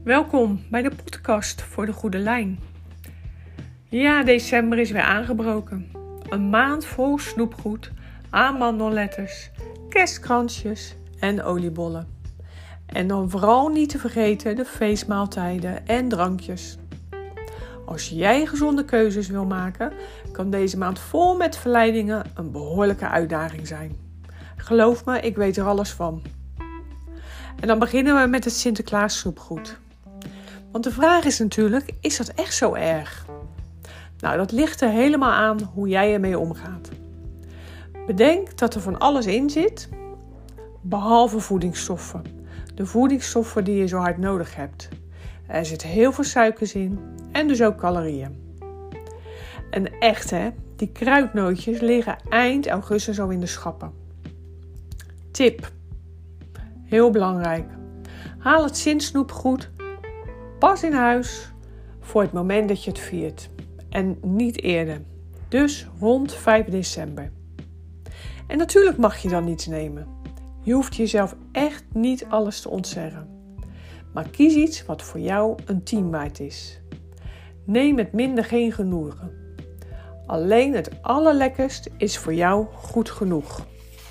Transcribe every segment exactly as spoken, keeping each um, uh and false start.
Welkom bij de podcast voor de goede lijn. Ja, december is weer aangebroken. Een maand vol snoepgoed, amandelletters, kerstkransjes en oliebollen. En dan vooral niet te vergeten de feestmaaltijden en drankjes. Als jij gezonde keuzes wil maken, kan deze maand vol met verleidingen een behoorlijke uitdaging zijn. Geloof me, ik weet er alles van. En dan beginnen we met het Sinterklaas snoepgoed. Want de vraag is natuurlijk, is dat echt zo erg? Nou, dat ligt er helemaal aan hoe jij ermee omgaat. Bedenk dat er van alles in zit, behalve voedingsstoffen. De voedingsstoffen die je zo hard nodig hebt. Er zit heel veel suikers in en dus ook calorieën. En echt hè, die kruidnootjes liggen eind augustus al in de schappen. Tip. Heel belangrijk. Haal het Sint-snoepgoed pas in huis voor het moment dat je het viert. En niet eerder. Dus rond vijf december. En natuurlijk mag je dan niets nemen. Je hoeft jezelf echt niet alles te ontzeggen. Maar kies iets wat voor jou een tien waard is. Neem met minder geen genoegen. Alleen het allerlekkerst is voor jou goed genoeg.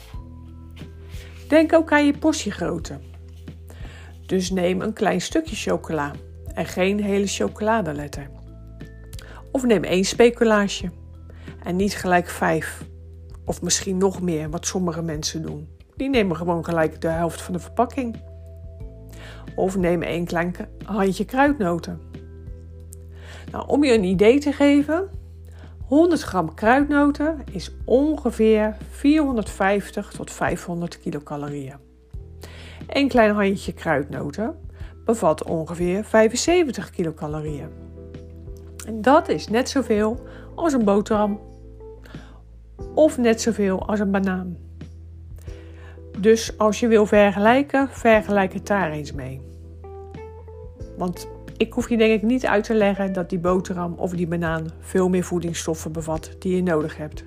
Denk ook aan je portiegrootte. Dus neem een klein stukje chocola en geen hele chocoladeletter. Of neem één speculaasje en niet gelijk vijf. Of misschien nog meer, wat sommige mensen doen. Die nemen gewoon gelijk de helft van de verpakking. Of neem één klein handje kruidnoten. Nou, om je een idee te geven, honderd gram kruidnoten is ongeveer vierhonderdvijftig tot vijfhonderd kilocalorieën. Een klein handje kruidnoten bevat ongeveer vijfenzeventig kilocalorieën. En dat is net zoveel als een boterham. Of net zoveel als een banaan. Dus als je wil vergelijken, vergelijk het daar eens mee. Want ik hoef je denk ik niet uit te leggen dat die boterham of die banaan veel meer voedingsstoffen bevat die je nodig hebt.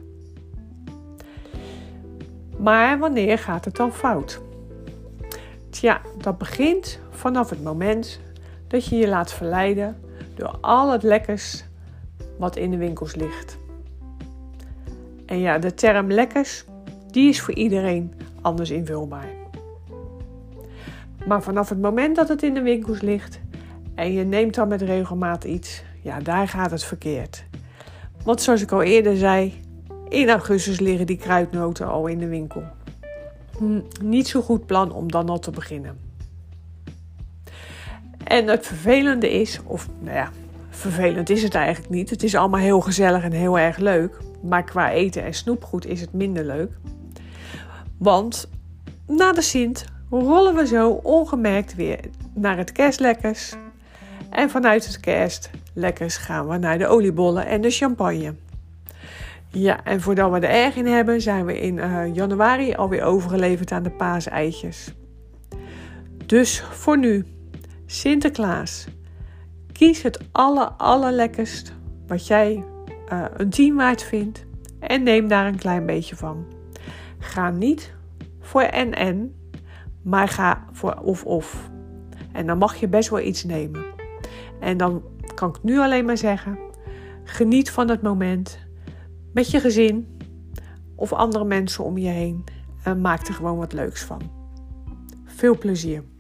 Maar wanneer gaat het dan fout? Tja, dat begint vanaf het moment dat je je laat verleiden door al het lekkers wat in de winkels ligt. En ja, de term lekkers, die is voor iedereen anders invulbaar. Maar vanaf het moment dat het in de winkels ligt en je neemt dan met regelmaat iets, ja, daar gaat het verkeerd. Want zoals ik al eerder zei, in augustus liggen die kruidnoten al in de winkel. Hm, niet zo goed plan om dan al te beginnen. En het vervelende is, of nou ja, vervelend is het eigenlijk niet. Het is allemaal heel gezellig en heel erg leuk. Maar qua eten en snoepgoed is het minder leuk. Want na de Sint rollen we zo ongemerkt weer naar het kerstlekkers. En vanuit het kerstlekkers gaan we naar de oliebollen en de champagne. Ja, en voordat we er erg in hebben, zijn we in uh, januari alweer overgeleverd aan de paaseitjes. Dus voor nu, Sinterklaas, kies het aller, allerlekkerst wat jij uh, een tien waard vindt en neem daar een klein beetje van. Ga niet voor en-en, maar ga voor of-of. En dan mag je best wel iets nemen. En dan kan ik nu alleen maar zeggen, geniet van het moment met je gezin of andere mensen om je heen en maak er gewoon wat leuks van. Veel plezier.